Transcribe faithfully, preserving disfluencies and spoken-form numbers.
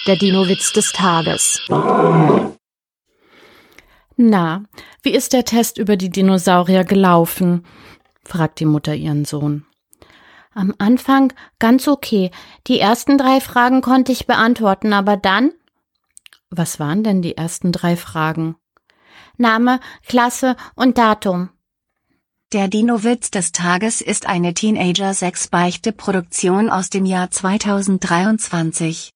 Der Dino-Witz des Tages. Na, wie ist der Test über die Dinosaurier gelaufen? Fragt die Mutter ihren Sohn. Am Anfang ganz okay. Die ersten drei Fragen konnte ich beantworten, aber dann? Was waren denn die ersten drei Fragen? Name, Klasse und Datum. Der Dino-Witz des Tages ist eine Teenager sechs Beichte-Produktion aus dem Jahr zweitausenddreiundzwanzig.